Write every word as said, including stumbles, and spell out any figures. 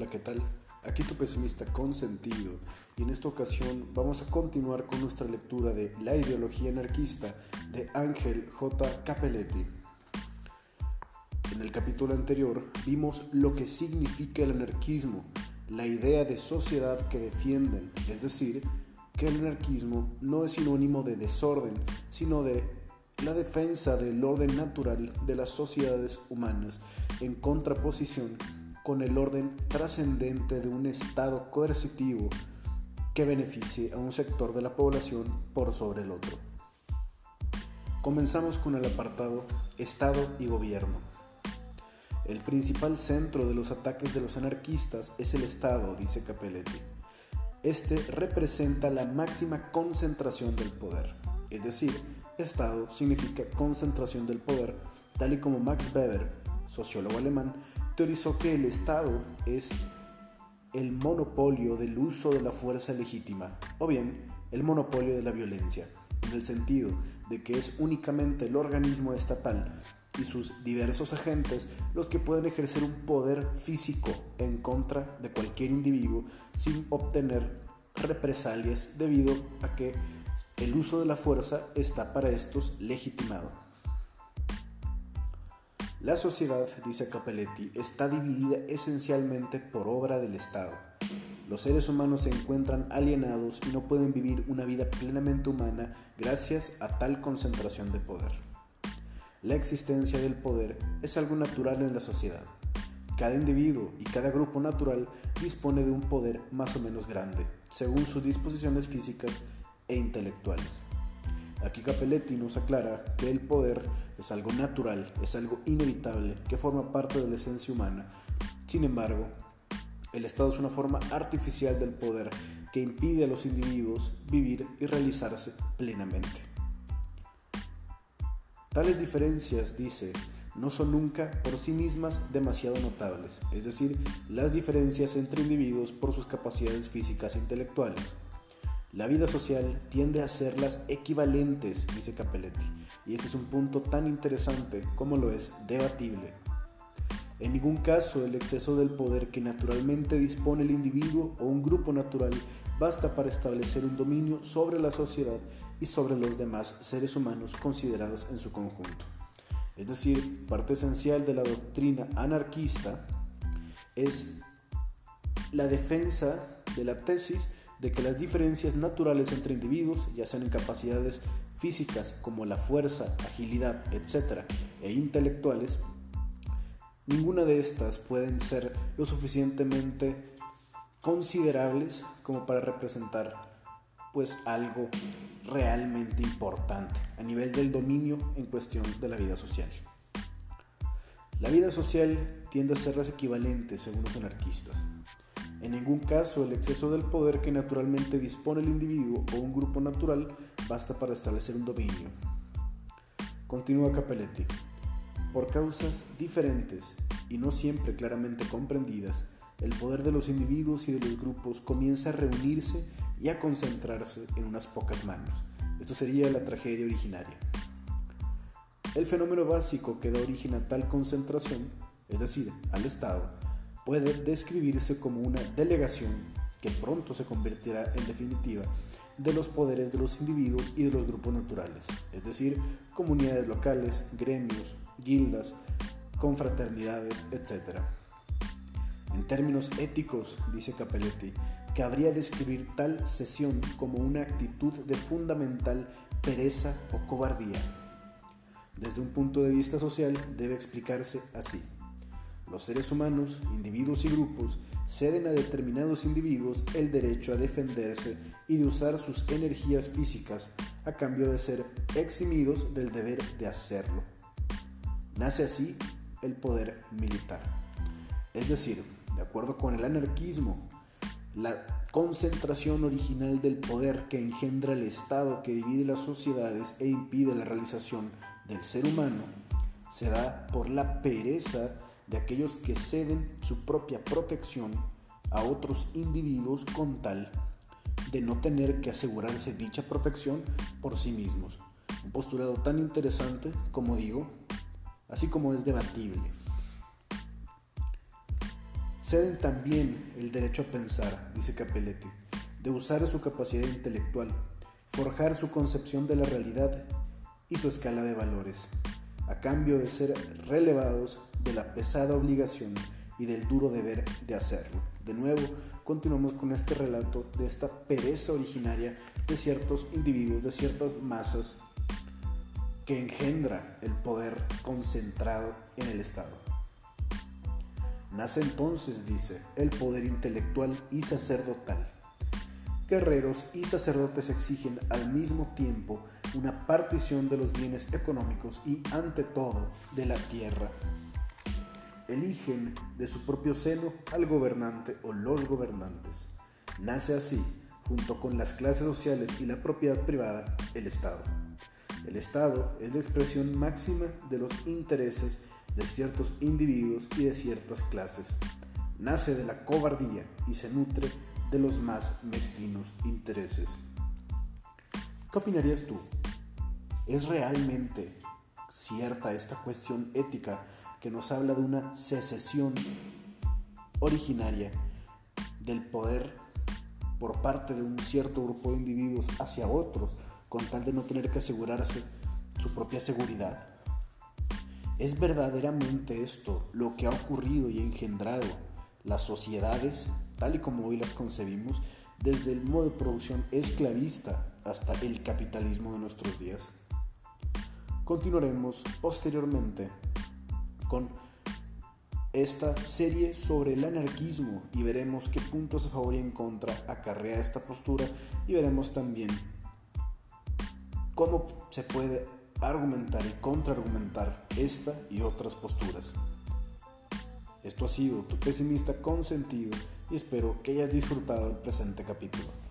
Hola, ¿qué tal? Aquí tu pesimista consentido, y en esta ocasión vamos a continuar con nuestra lectura de La ideología anarquista de Ángel J. Cappelletti. En el capítulo anterior vimos lo que significa el anarquismo, la idea de sociedad que defienden, es decir, que el anarquismo no es sinónimo de desorden, sino de la defensa del orden natural de las sociedades humanas en contraposición con el orden trascendente de un Estado coercitivo que beneficie a un sector de la población por sobre el otro. Comenzamos con el apartado Estado y Gobierno. El principal centro de los ataques de los anarquistas es el Estado, dice Cappelletti. Este representa la máxima concentración del poder, es decir, Estado significa concentración del poder, tal y como Max Weber, sociólogo alemán, teorizó que el Estado es el monopolio del uso de la fuerza legítima, o bien el monopolio de la violencia, en el sentido de que es únicamente el organismo estatal y sus diversos agentes los que pueden ejercer un poder físico en contra de cualquier individuo sin obtener represalias debido a que el uso de la fuerza está para estos legitimado. La sociedad, dice Cappelletti, está dividida esencialmente por obra del Estado. Los seres humanos se encuentran alienados y no pueden vivir una vida plenamente humana gracias a tal concentración de poder. La existencia del poder es algo natural en la sociedad. Cada individuo y cada grupo natural dispone de un poder más o menos grande, según sus disposiciones físicas e intelectuales. Aquí Cappelletti nos aclara que el poder es algo natural, es algo inevitable, que forma parte de la esencia humana. Sin embargo, el Estado es una forma artificial del poder que impide a los individuos vivir y realizarse plenamente. Tales diferencias, dice, no son nunca por sí mismas demasiado notables, es decir, las diferencias entre individuos por sus capacidades físicas e intelectuales. La vida social tiende a hacerlas equivalentes, dice Cappelletti, y este es un punto tan interesante como lo es debatible. En ningún caso el exceso del poder que naturalmente dispone el individuo o un grupo natural basta para establecer un dominio sobre la sociedad y sobre los demás seres humanos considerados en su conjunto. Es decir, parte esencial de la doctrina anarquista es la defensa de la tesis de que las diferencias naturales entre individuos, ya sean en capacidades físicas como la fuerza, agilidad, etcétera, e intelectuales, ninguna de estas pueden ser lo suficientemente considerables como para representar pues algo realmente importante a nivel del dominio en cuestión de la vida social. La vida social tiende a ser las equivalentes según los anarquistas. En ningún caso el exceso del poder que naturalmente dispone el individuo o un grupo natural basta para establecer un dominio. Continúa Cappelletti. Por causas diferentes y no siempre claramente comprendidas, el poder de los individuos y de los grupos comienza a reunirse y a concentrarse en unas pocas manos. Esto sería la tragedia originaria. El fenómeno básico que da origen a tal concentración, es decir, al Estado, puede describirse como una delegación que pronto se convertirá en definitiva de los poderes de los individuos y de los grupos naturales, es decir, comunidades locales, gremios, guildas, confraternidades, etcétera. En términos éticos, dice Cappelletti, cabría describir tal cesión como una actitud de fundamental pereza o cobardía. Desde un punto de vista social debe explicarse así. Los seres humanos, individuos y grupos, ceden a determinados individuos el derecho a defenderse y de usar sus energías físicas a cambio de ser eximidos del deber de hacerlo. Nace así el poder militar. Es decir, de acuerdo con el anarquismo, la concentración original del poder que engendra el Estado que divide las sociedades e impide la realización del ser humano se da por la pereza de aquellos que ceden su propia protección a otros individuos con tal de no tener que asegurarse dicha protección por sí mismos. Un postulado tan interesante, como digo, así como es debatible. ceden también el derecho a pensar, dice Capelletti, de usar su capacidad intelectual, forjar su concepción de la realidad y su escala de valores, a cambio de ser relevados de la pesada obligación y del duro deber de hacerlo. De nuevo, continuamos con este relato de esta pereza originaria de ciertos individuos, de ciertas masas, que engendra el poder concentrado en el Estado. Nace entonces, dice, el poder intelectual y sacerdotal. Guerreros y sacerdotes exigen al mismo tiempo una partición de los bienes económicos y, ante todo, de la tierra. Eligen de su propio seno al gobernante o los gobernantes. Nace así, junto con las clases sociales y la propiedad privada, el Estado. El Estado es la expresión máxima de los intereses de ciertos individuos y de ciertas clases. Nace de la cobardía y se nutre de los más mezquinos intereses. ¿Qué opinarías tú? ¿Es realmente cierta esta cuestión ética que nos habla de una secesión originaria del poder por parte de un cierto grupo de individuos hacia otros, con tal de no tener que asegurarse su propia seguridad? ¿Es verdaderamente esto lo que ha ocurrido y engendrado las sociedades, tal y como hoy las concebimos, desde el modo de producción esclavista hasta el capitalismo de nuestros días? Continuaremos posteriormente con esta serie sobre el anarquismo y veremos qué puntos a favor y en contra acarrea esta postura, y veremos también cómo se puede argumentar y contraargumentar esta y otras posturas. Esto ha sido Tu Pesimista Consentido y espero que hayas disfrutado el presente capítulo.